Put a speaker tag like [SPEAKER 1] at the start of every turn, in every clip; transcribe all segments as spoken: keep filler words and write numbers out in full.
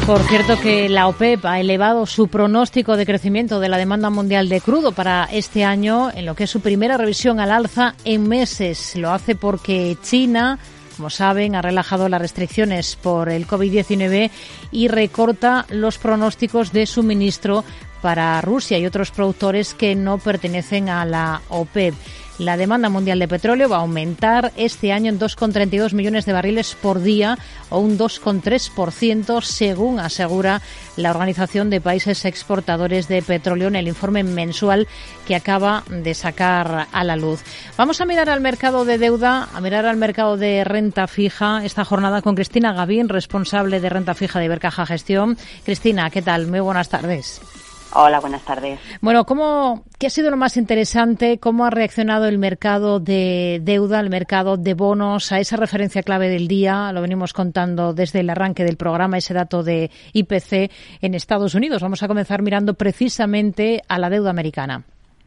[SPEAKER 1] Por cierto que la OPEP ha elevado su pronóstico de crecimiento de la demanda mundial de crudo para este año en lo que es su primera revisión al alza en meses. Lo hace porque China, como saben, ha relajado las restricciones por el COVID diecinueve y recorta los pronósticos de suministro para Rusia y otros productores que no pertenecen a la OPEP. La demanda mundial de petróleo va a aumentar este año en dos coma treinta y dos millones de barriles por día o un dos coma tres por ciento, según asegura la Organización de Países Exportadores de Petróleo en el informe mensual que acaba de sacar a la luz. Vamos a mirar al mercado de deuda, a mirar al mercado de renta fija esta jornada con Cristina Gavín, responsable de renta fija de Ibercaja Gestión. Cristina, ¿qué tal? Muy buenas tardes.
[SPEAKER 2] Hola, buenas tardes.
[SPEAKER 1] Bueno, ¿cómo, ¿qué ha sido lo más interesante? ¿Cómo ha reaccionado el mercado de deuda, el mercado de bonos a esa referencia clave del día? Lo venimos contando desde el arranque del programa, ese dato de I P C en Estados Unidos. Vamos a comenzar mirando precisamente a la deuda americana.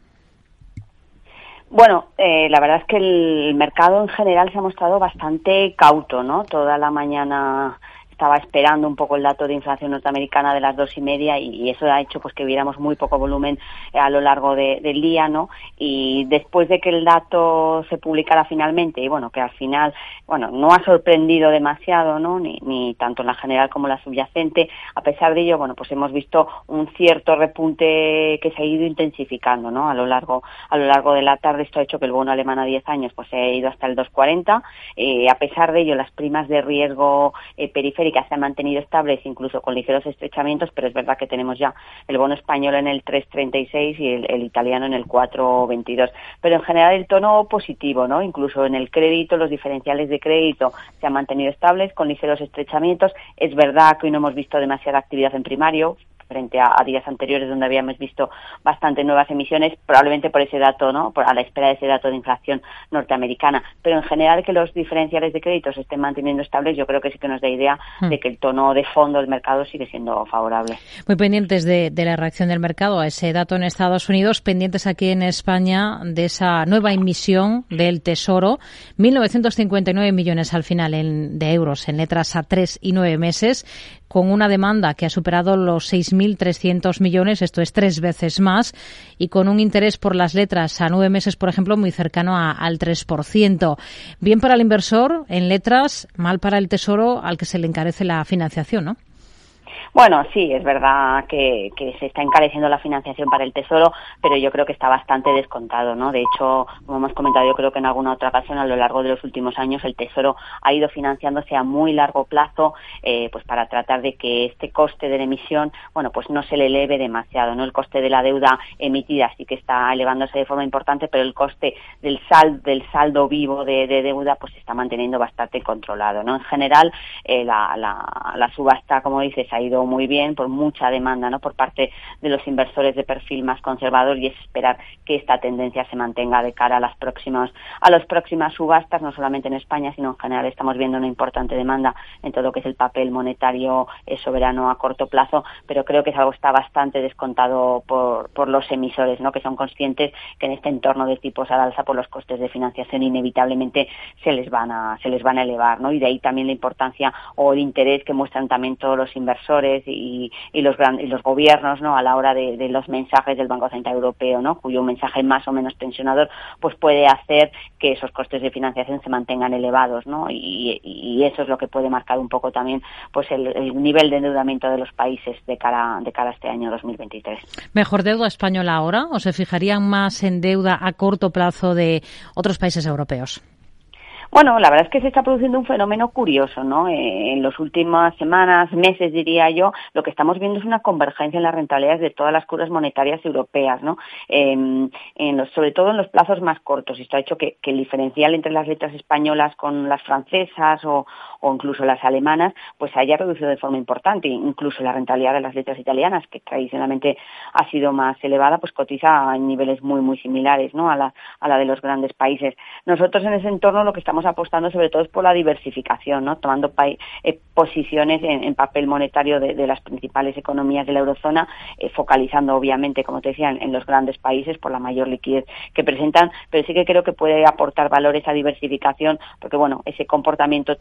[SPEAKER 2] Bueno, eh, la verdad es que el mercado en general se ha mostrado bastante cauto, ¿no? Toda la mañana estaba esperando un poco el dato de inflación norteamericana de las dos y media y eso ha hecho pues que viéramos muy poco volumen a lo largo de, del día, ¿no? Y después de que el dato se publicara finalmente y bueno, que al final, bueno, no ha sorprendido demasiado, ¿no? Ni, ni tanto en la general como la subyacente. A pesar de ello, bueno, pues hemos visto un cierto repunte que se ha ido intensificando, ¿no? A lo largo, a lo largo de la tarde. Esto ha hecho que el bono alemán a diez años pues se ha ido hasta el dos cuarenta. Eh, a pesar de ello, las primas de riesgo eh, periféricas que se han mantenido estables, incluso con ligeros estrechamientos, pero es verdad que tenemos ya el bono español en el tres treinta y seis y el, el italiano en el cuatro veintidós. Pero en general el tono positivo, ¿no? Incluso en el crédito, los diferenciales de crédito se han mantenido estables, con ligeros estrechamientos. Es verdad que hoy no hemos visto demasiada actividad en primario, frente a, a días anteriores donde habíamos visto bastante nuevas emisiones, probablemente por ese dato, ¿no? Por, a la espera de ese dato de inflación norteamericana. Pero en general que los diferenciales de crédito se estén manteniendo estables, yo creo que sí que nos da idea mm. de que el tono de fondo del mercado sigue siendo favorable.
[SPEAKER 1] Muy pendientes de, de la reacción del mercado a ese dato en Estados Unidos, pendientes aquí en España de esa nueva emisión del Tesoro, mil novecientos cincuenta y nueve millones al final en, de euros en letras a tres y nueve meses, con una demanda que ha superado los seis mil trescientos millones, esto es tres veces más, y con un interés por las letras a nueve meses, por ejemplo, muy cercano a, al tres por ciento. Bien para el inversor en letras, mal para el Tesoro al que se le encarece la financiación, ¿no?
[SPEAKER 2] Bueno, sí, es verdad que, que se está encareciendo la financiación para el Tesoro, pero yo creo que está bastante descontado, ¿no? De hecho, como hemos comentado, yo creo que en alguna otra ocasión a lo largo de los últimos años el Tesoro ha ido financiándose a muy largo plazo, eh, pues para tratar de que este coste de la emisión, bueno, pues no se le eleve demasiado, ¿no? El coste de la deuda emitida sí que está elevándose de forma importante, pero el coste del saldo, del saldo vivo de, de deuda pues se está manteniendo bastante controlado, ¿no? En general, eh, la, la, la subasta, como dices, ha ido muy bien por mucha demanda, ¿no? Por parte de los inversores de perfil más conservador, y es esperar que esta tendencia se mantenga de cara a las próximas a las próximas subastas, no solamente en España, sino en general. Estamos viendo una importante demanda en todo lo que es el papel monetario eh, soberano a corto plazo, pero creo que es algo que está bastante descontado por por los emisores, ¿no? Que son conscientes que en este entorno de tipos al alza por los costes de financiación inevitablemente se les van a se les van a elevar, ¿no? Y de ahí también la importancia o el interés que muestran también todos los inversores y, y los gran, y los gobiernos, ¿no? A la hora de, de los mensajes del Banco Central Europeo, ¿no? Cuyo mensaje más o menos tensionador pues puede hacer que esos costes de financiación se mantengan elevados, ¿no? Y, y eso es lo que puede marcar un poco también pues el, el nivel de endeudamiento de los países de cara de cara a este año dos mil veintitrés.
[SPEAKER 1] ¿Mejor deuda española ahora o se fijarían más en deuda a corto plazo de otros países europeos?
[SPEAKER 2] Bueno, la verdad es que se está produciendo un fenómeno curioso, ¿no? Eh, en las últimas semanas, meses, diría yo, lo que estamos viendo es una convergencia en las rentabilidades de todas las curvas monetarias europeas, ¿no? Eh, en los, sobre todo en los plazos más cortos. Esto ha hecho que, que el diferencial entre las letras españolas con las francesas o, o incluso las alemanas, pues haya reducido de forma importante. Incluso la rentabilidad de las letras italianas, que tradicionalmente ha sido más elevada, pues cotiza en niveles muy, muy similares, ¿no? A la, a la de los grandes países. Nosotros en ese entorno lo que estamos apostando sobre todo es por la diversificación, ¿no? Tomando pa- eh, posiciones en, en papel monetario de, de las principales economías de la eurozona, eh, focalizando obviamente, como te decía, en, en los grandes países por la mayor liquidez que presentan, pero sí que creo que puede aportar valor esa diversificación, porque bueno, ese comportamiento tan eh,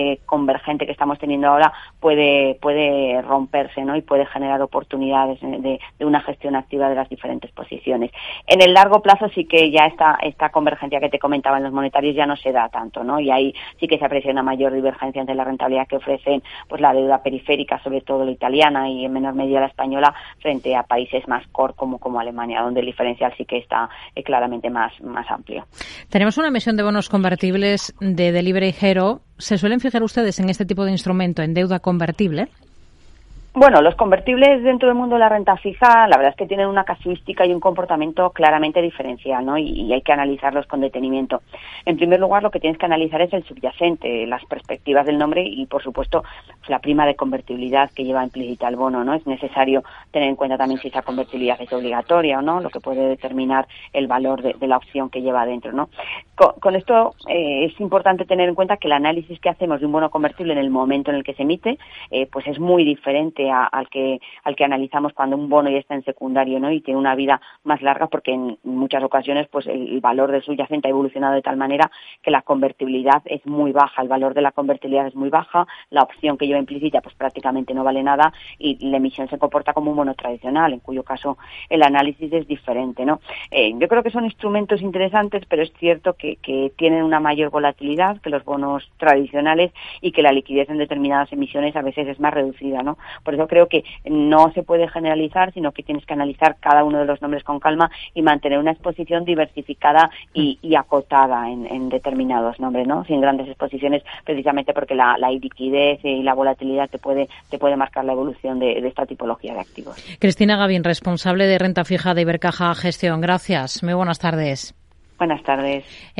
[SPEAKER 2] ambiente convergente que estamos teniendo ahora puede puede romperse, ¿no? Y puede generar oportunidades de, de una gestión activa de las diferentes posiciones. En el largo plazo sí que ya esta esta convergencia que te comentaba en los monetarios ya no se da tanto, ¿no? Y ahí sí que se aprecia una mayor divergencia entre la rentabilidad que ofrecen pues la deuda periférica, sobre todo la italiana y en menor medida la española, frente a países más core como como Alemania, donde el diferencial sí que está eh, claramente más más amplio.
[SPEAKER 1] Tenemos una emisión de bonos convertibles de Delivery Hero. ¿Se suelen fijar ustedes en este tipo de instrumento, en deuda convertible?
[SPEAKER 2] Bueno, los convertibles dentro del mundo de la renta fija, la verdad es que tienen una casuística y un comportamiento claramente diferencial, ¿no? Y, y hay que analizarlos con detenimiento. En primer lugar, lo que tienes que analizar es el subyacente, las perspectivas del nombre y, por supuesto, pues, la prima de convertibilidad que lleva implícita el bono, ¿no? Es necesario tener en cuenta también si esa convertibilidad es obligatoria o no, lo que puede determinar el valor de, de la opción que lleva adentro, ¿no? Con, con esto eh, es importante tener en cuenta que el análisis que hacemos de un bono convertible en el momento en el que se emite, eh, pues es muy diferente A, al que al que analizamos cuando un bono ya está en secundario, ¿no? Y tiene una vida más larga, porque en muchas ocasiones pues el, el valor del subyacente ha evolucionado de tal manera que la convertibilidad es muy baja, el valor de la convertibilidad es muy baja, la opción que lleva implícita pues prácticamente no vale nada y la emisión se comporta como un bono tradicional, en cuyo caso el análisis es diferente, ¿no? Eh, yo creo que son instrumentos interesantes, pero es cierto que, que tienen una mayor volatilidad que los bonos tradicionales y que la liquidez en determinadas emisiones a veces es más reducida, ¿no? Por eso creo que no se puede generalizar, sino que tienes que analizar cada uno de los nombres con calma y mantener una exposición diversificada y, y acotada en, en determinados nombres, ¿no? Sin grandes exposiciones, precisamente porque la, la liquidez y la volatilidad te puede te puede marcar la evolución de, de esta tipología de activos.
[SPEAKER 1] Cristina Gavín, responsable de renta fija de Ibercaja Gestión. Gracias. Muy buenas tardes.
[SPEAKER 2] Buenas tardes.